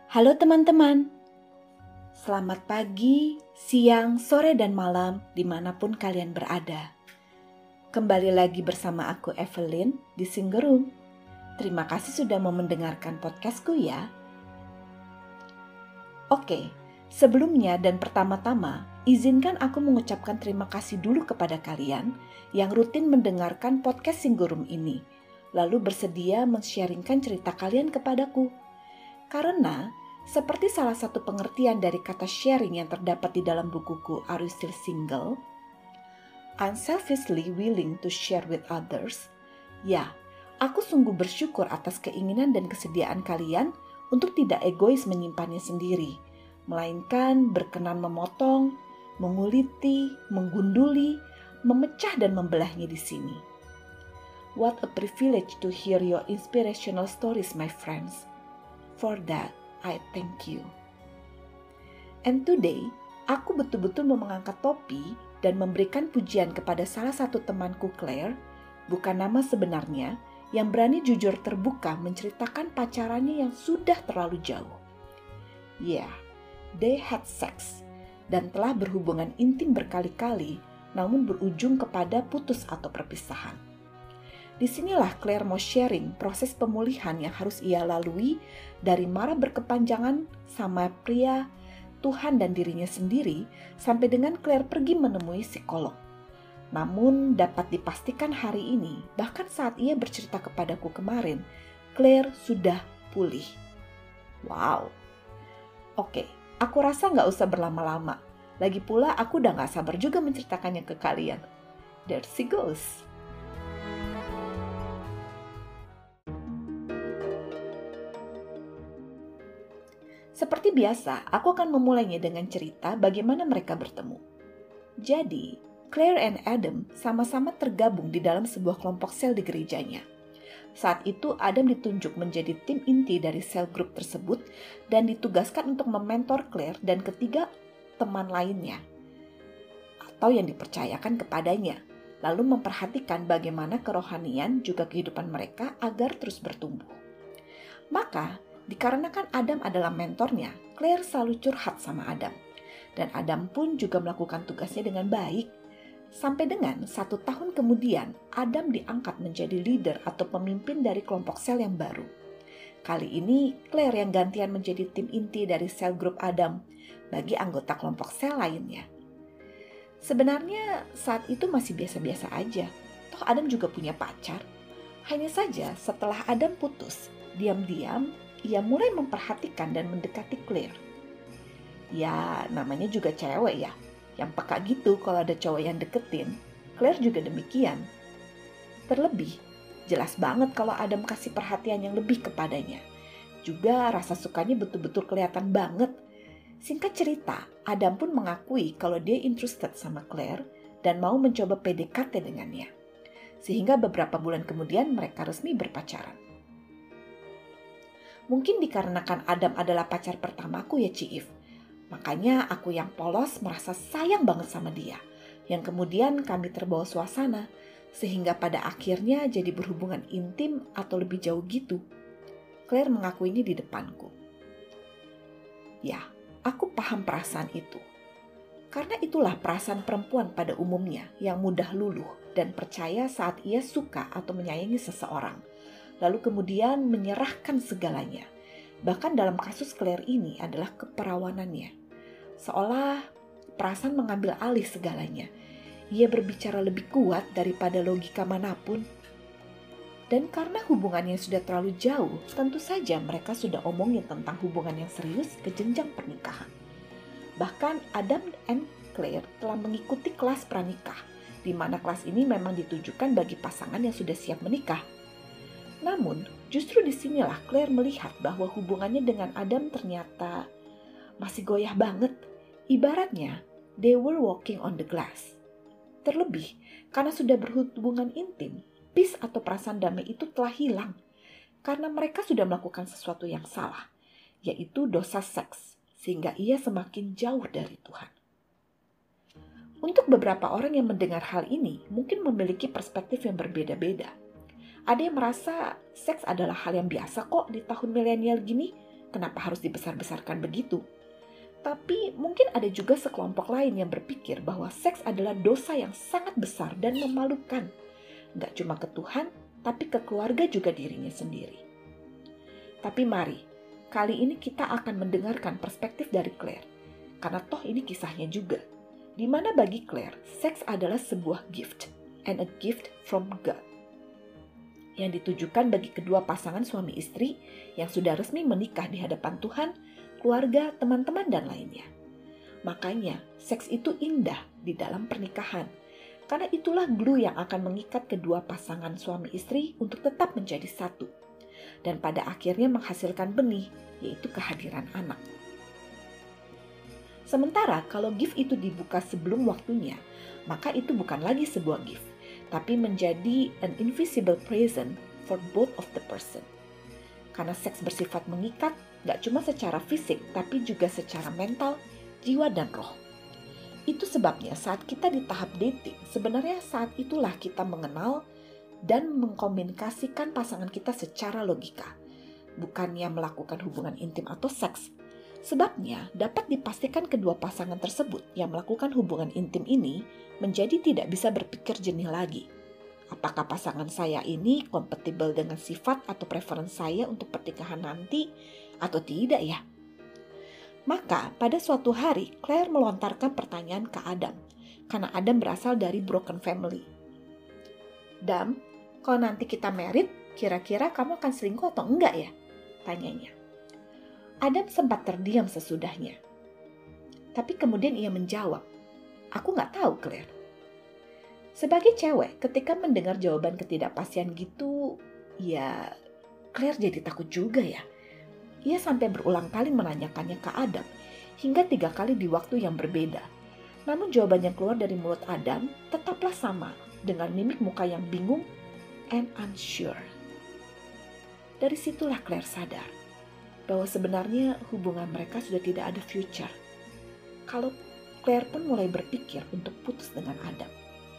Halo teman-teman, selamat pagi, siang, sore, dan malam dimanapun kalian berada. Kembali lagi bersama aku Evelyn di Singgerum. Terima kasih sudah mau mendengarkan podcastku ya. Oke, sebelumnya dan pertama-tama, izinkan aku mengucapkan terima kasih dulu kepada kalian yang rutin mendengarkan podcast Singgerum ini, lalu bersedia men-sharingkan cerita kalian kepadaku. Karena seperti salah satu pengertian dari kata sharing yang terdapat di dalam bukuku Are You Still Single? Unselfishly willing to share with others. Ya, aku sungguh bersyukur atas keinginan dan kesediaan kalian untuk tidak egois menyimpannya sendiri, melainkan berkenan memotong, menguliti, menggunduli, memecah dan membelahnya di sini. What a privilege to hear your inspirational stories, my friends. For that, I thank you. And today, aku betul-betul mau mengangkat topi dan memberikan pujian kepada salah satu temanku Claire, bukan nama sebenarnya, yang berani jujur terbuka menceritakan pacarannya yang sudah terlalu jauh. Yeah, they had sex dan telah berhubungan intim berkali-kali, namun berujung kepada putus atau perpisahan. Disinilah Claire mau sharing proses pemulihan yang harus ia lalui dari marah berkepanjangan sama pria, Tuhan dan dirinya sendiri sampai dengan Claire pergi menemui psikolog. Namun dapat dipastikan hari ini, bahkan saat ia bercerita kepadaku kemarin, Claire sudah pulih. Wow. Oke, aku rasa nggak usah berlama-lama. Lagi pula aku udah nggak sabar juga menceritakannya ke kalian. There she goes. Seperti biasa, aku akan memulainya dengan cerita bagaimana mereka bertemu. Jadi, Claire and Adam sama-sama tergabung di dalam sebuah kelompok sel di gerejanya. Saat itu, Adam ditunjuk menjadi tim inti dari sel grup tersebut dan ditugaskan untuk mementor Claire dan ketiga teman lainnya, atau yang dipercayakan kepadanya, lalu memperhatikan bagaimana kerohanian juga kehidupan mereka agar terus bertumbuh. Maka, dikarenakan Adam adalah mentornya, Claire selalu curhat sama Adam. Dan Adam pun juga melakukan tugasnya dengan baik. Sampai dengan 1 tahun kemudian, Adam diangkat menjadi leader atau pemimpin dari kelompok sel yang baru. Kali ini, Claire yang gantian menjadi tim inti dari sel grup Adam bagi anggota kelompok sel lainnya. Sebenarnya saat itu masih biasa-biasa aja. Toh Adam juga punya pacar. Hanya saja setelah Adam putus, diam-diam ia mulai memperhatikan dan mendekati Claire. Ya, namanya juga cewek ya, yang peka gitu kalau ada cowok yang deketin. Claire juga demikian. Terlebih, jelas banget kalau Adam kasih perhatian yang lebih kepadanya. Juga rasa sukanya betul-betul kelihatan banget. Singkat cerita, Adam pun mengakui kalau dia interested sama Claire dan mau mencoba PDKT dengannya. Sehingga beberapa bulan kemudian mereka resmi berpacaran. Mungkin dikarenakan Adam adalah pacar pertamaku ya Ciif. Makanya aku yang polos merasa sayang banget sama dia. Yang kemudian kami terbawa suasana. Sehingga pada akhirnya jadi berhubungan intim atau lebih jauh gitu. Claire mengakuinya di depanku. Ya, aku paham perasaan itu. Karena itulah perasaan perempuan pada umumnya yang mudah luluh dan percaya saat ia suka atau menyayangi seseorang. Lalu kemudian menyerahkan segalanya. Bahkan dalam kasus Claire ini adalah keperawanannya. Seolah perasaan mengambil alih segalanya. Ia berbicara lebih kuat daripada logika manapun. Dan karena hubungannya sudah terlalu jauh, tentu saja mereka sudah omongin tentang hubungan yang serius ke jenjang pernikahan. Bahkan Adam and Claire telah mengikuti kelas pranikah, di mana kelas ini memang ditujukan bagi pasangan yang sudah siap menikah. Namun, justru disinilah Claire melihat bahwa hubungannya dengan Adam ternyata masih goyah banget. Ibaratnya, they were walking on the glass. Terlebih, karena sudah berhubungan intim, peace atau perasaan damai itu telah hilang. Karena mereka sudah melakukan sesuatu yang salah, yaitu dosa seks, sehingga ia semakin jauh dari Tuhan. Untuk beberapa orang yang mendengar hal ini, mungkin memiliki perspektif yang berbeda-beda. Ada yang merasa seks adalah hal yang biasa kok di tahun milenial gini, kenapa harus dibesar-besarkan begitu? Tapi mungkin ada juga sekelompok lain yang berpikir bahwa seks adalah dosa yang sangat besar dan memalukan. Nggak cuma ke Tuhan, tapi ke keluarga juga dirinya sendiri. Tapi mari, kali ini kita akan mendengarkan perspektif dari Claire. Karena toh ini kisahnya juga. Di mana bagi Claire, seks adalah sebuah gift, and a gift from God. Yang ditujukan bagi kedua pasangan suami istri yang sudah resmi menikah di hadapan Tuhan, keluarga, teman-teman, dan lainnya. Makanya, seks itu indah di dalam pernikahan. Karena itulah glue yang akan mengikat kedua pasangan suami istri untuk tetap menjadi satu. Dan pada akhirnya menghasilkan benih, yaitu kehadiran anak. Sementara kalau gift itu dibuka sebelum waktunya, maka itu bukan lagi sebuah gift, tapi menjadi an invisible present for both of the person. Karena seks bersifat mengikat, gak cuma secara fisik, tapi juga secara mental, jiwa, dan roh. Itu sebabnya saat kita di tahap dating, sebenarnya saat itulah kita mengenal dan mengkomunikasikan pasangan kita secara logika. Bukannya melakukan hubungan intim atau seks. Sebabnya dapat dipastikan kedua pasangan tersebut yang melakukan hubungan intim ini menjadi tidak bisa berpikir jernih lagi. Apakah pasangan saya ini kompatibel dengan sifat atau preferensi saya untuk pernikahan nanti atau tidak ya? Maka pada suatu hari Claire melontarkan pertanyaan ke Adam, karena Adam berasal dari broken family. Dam, kalau nanti kita married, kira-kira kamu akan selingkuh atau enggak ya? Tanyanya. Adam sempat terdiam sesudahnya. Tapi kemudian ia menjawab, aku nggak tahu Claire. Sebagai cewek, ketika mendengar jawaban ketidakpastian gitu, ya Claire jadi takut juga ya. Ia sampai berulang kali menanyakannya ke Adam, hingga 3 kali di waktu yang berbeda. Namun jawaban yang keluar dari mulut Adam tetaplah sama, dengan mimik muka yang bingung and unsure. Dari situlah Claire sadar bahwa sebenarnya hubungan mereka sudah tidak ada future. Kalau Claire pun mulai berpikir untuk putus dengan Adam.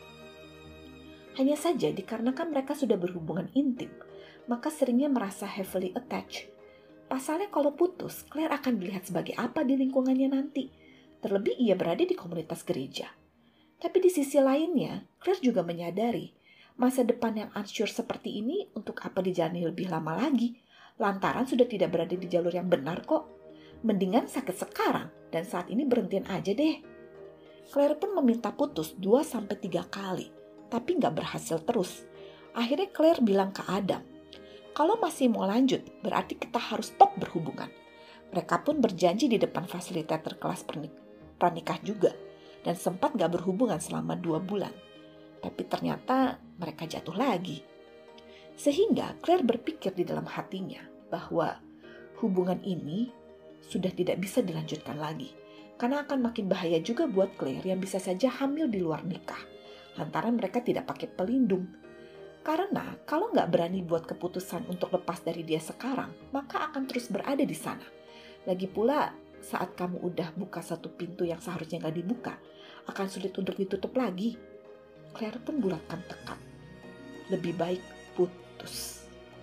Hanya saja dikarenakan mereka sudah berhubungan intim, maka seringnya merasa heavily attached. Pasalnya kalau putus, Claire akan dilihat sebagai apa di lingkungannya nanti. Terlebih ia berada di komunitas gereja. Tapi di sisi lainnya, Claire juga menyadari masa depan yang unsure seperti ini untuk apa dijalani lebih lama lagi. Lantaran sudah tidak berada di jalur yang benar kok. Mendingan sakit sekarang dan saat ini berhentiin aja deh. Claire pun meminta putus 2-3 kali, tapi nggak berhasil terus. Akhirnya Claire bilang ke Adam, kalau masih mau lanjut, berarti kita harus stop berhubungan. Mereka pun berjanji di depan fasilitator kelas pranikah juga, dan sempat nggak berhubungan selama 2 bulan. Tapi ternyata mereka jatuh lagi. Sehingga Claire berpikir di dalam hatinya bahwa hubungan ini sudah tidak bisa dilanjutkan lagi. Karena akan makin bahaya juga buat Claire yang bisa saja hamil di luar nikah. Lantaran mereka tidak pakai pelindung. Karena kalau nggak berani buat keputusan untuk lepas dari dia sekarang, maka akan terus berada di sana. Lagi pula saat kamu udah buka satu pintu yang seharusnya nggak dibuka, akan sulit untuk ditutup lagi. Claire pun bulatkan tekad. Lebih baik putus.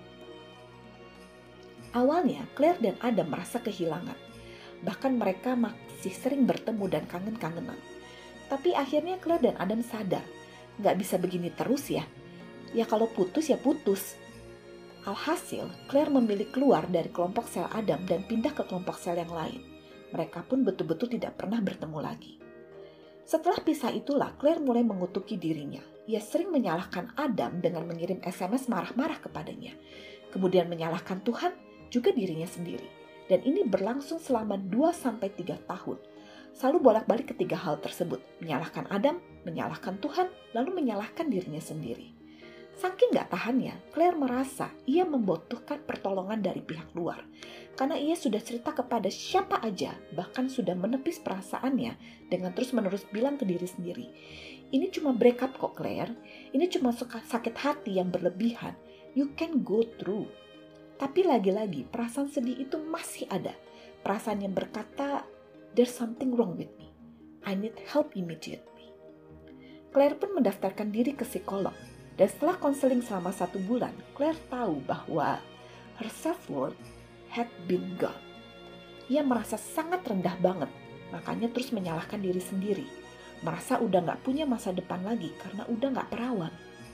Awalnya Claire dan Adam merasa kehilangan. Bahkan mereka masih sering bertemu dan kangen-kangenan. Tapi akhirnya Claire dan Adam sadar, nggak bisa begini terus ya. Ya kalau putus ya putus. Alhasil, Claire memilih keluar dari kelompok sel Adam dan pindah ke kelompok sel yang lain. Mereka pun betul-betul tidak pernah bertemu lagi. Setelah pisah itulah Claire mulai mengutuki dirinya. Ia sering menyalahkan Adam dengan mengirim SMS marah-marah kepadanya. Kemudian menyalahkan Tuhan, juga dirinya sendiri. Dan ini berlangsung selama 2-3 tahun. Selalu bolak-balik ketiga hal tersebut. Menyalahkan Adam, menyalahkan Tuhan, lalu menyalahkan dirinya sendiri. Saking gak tahannya, Claire merasa ia membutuhkan pertolongan dari pihak luar. Karena ia sudah cerita kepada siapa aja, bahkan sudah menepis perasaannya dengan terus-menerus bilang ke diri sendiri, ini cuma break up kok Claire, ini cuma sakit hati yang berlebihan, you can go through. Tapi lagi-lagi perasaan sedih itu masih ada. Perasaan yang berkata, there's something wrong with me, I need help immediately. Claire pun mendaftarkan diri ke psikolog. Dan setelah konseling selama 1 bulan, Claire tahu bahwa her self-worth had been gone. Ia merasa sangat rendah banget, makanya terus menyalahkan diri sendiri. Merasa udah gak punya masa depan lagi karena udah gak perawan.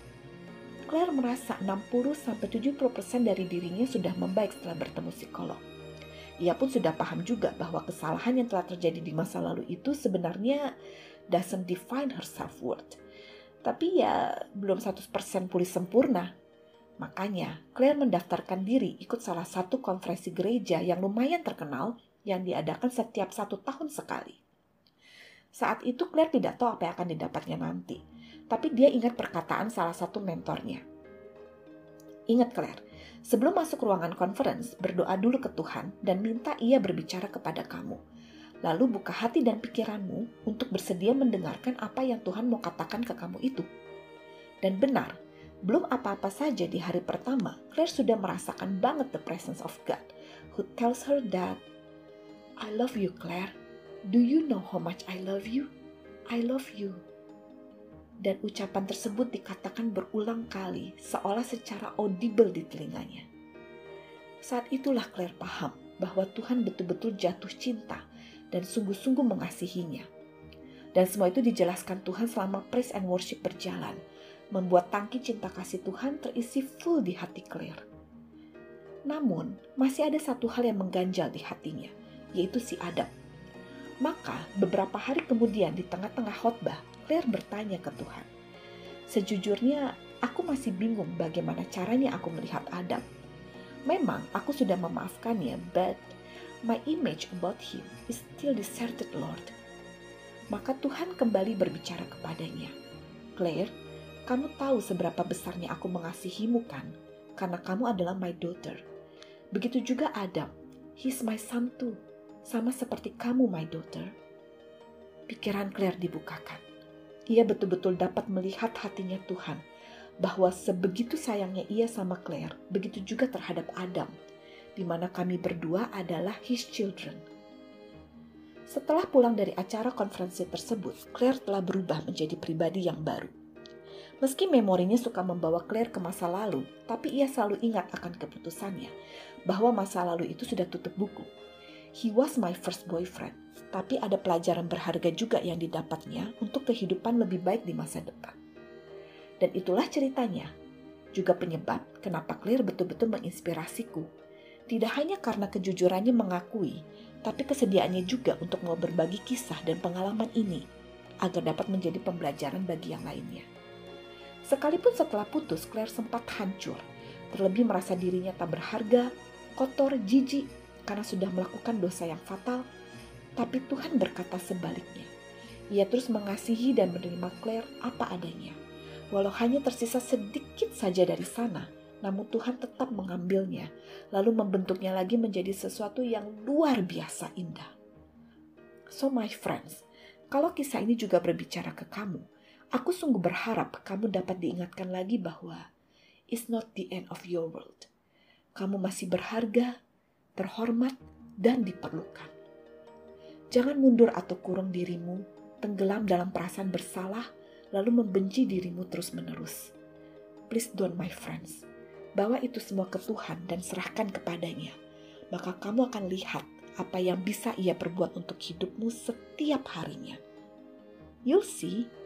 Claire merasa 60-70% dari dirinya sudah membaik setelah bertemu psikolog. Ia pun sudah paham juga bahwa kesalahan yang telah terjadi di masa lalu itu sebenarnya doesn't define her self-worth. Tapi ya belum 100% pulih sempurna. Makanya Claire mendaftarkan diri ikut salah satu konferensi gereja yang lumayan terkenal yang diadakan setiap 1 tahun sekali. Saat itu Claire tidak tahu apa yang akan didapatnya nanti. Tapi dia ingat perkataan salah satu mentornya. Ingat Claire, sebelum masuk ruangan conference, berdoa dulu ke Tuhan dan minta ia berbicara kepada kamu. Lalu buka hati dan pikiranmu untuk bersedia mendengarkan apa yang Tuhan mau katakan ke kamu itu. Dan benar, belum apa-apa saja di hari pertama, Claire sudah merasakan banget the presence of God, who tells her that, I love you Claire, do you know how much I love you? I love you. Dan ucapan tersebut dikatakan berulang kali, seolah secara audible di telinganya. Saat itulah Claire paham bahwa Tuhan betul-betul jatuh cinta dan sungguh-sungguh mengasihinya. Dan semua itu dijelaskan Tuhan selama praise and worship berjalan, membuat tangki cinta kasih Tuhan terisi full di hati Claire. Namun, masih ada satu hal yang mengganjal di hatinya, yaitu si Adam. Maka, beberapa hari kemudian di tengah-tengah khotbah, Claire bertanya ke Tuhan, sejujurnya aku masih bingung bagaimana caranya aku melihat Adam. Memang aku sudah memaafkannya, but my image about him is still distorted, Lord. Maka Tuhan kembali berbicara kepadanya, Claire, kamu tahu seberapa besarnya aku mengasihimu kan? Karena kamu adalah my daughter. Begitu juga Adam, he's my son too, sama seperti kamu my daughter. Pikiran Claire dibukakan. Ia betul-betul dapat melihat hatinya Tuhan, bahwa sebegitu sayangnya ia sama Claire, begitu juga terhadap Adam, di mana kami berdua adalah his children. Setelah pulang dari acara konferensi tersebut, Claire telah berubah menjadi pribadi yang baru. Meski memorinya suka membawa Claire ke masa lalu, tapi ia selalu ingat akan keputusannya, bahwa masa lalu itu sudah tutup buku. He was my first boyfriend, tapi ada pelajaran berharga juga yang didapatnya untuk kehidupan lebih baik di masa depan. Dan itulah ceritanya, juga penyebab kenapa Claire betul-betul menginspirasiku. Tidak hanya karena kejujurannya mengakui, tapi kesediaannya juga untuk mau berbagi kisah dan pengalaman ini, agar dapat menjadi pembelajaran bagi yang lainnya. Sekalipun setelah putus, Claire sempat hancur, terlebih merasa dirinya tak berharga, kotor, jijik, karena sudah melakukan dosa yang fatal, tapi Tuhan berkata sebaliknya. Ia terus mengasihi dan menerima Claire apa adanya. Walau hanya tersisa sedikit saja dari sana, namun Tuhan tetap mengambilnya, lalu membentuknya lagi menjadi sesuatu yang luar biasa indah. So my friends, kalau kisah ini juga berbicara ke kamu, aku sungguh berharap kamu dapat diingatkan lagi bahwa it's not the end of your world. Kamu masih berharga, terhormat, dan diperlukan. Jangan mundur atau kurung dirimu, tenggelam dalam perasaan bersalah, lalu membenci dirimu terus-menerus. Please don't my friends. Bawa itu semua ke Tuhan dan serahkan kepadanya. Maka kamu akan lihat apa yang bisa Ia perbuat untuk hidupmu setiap harinya. You'll see.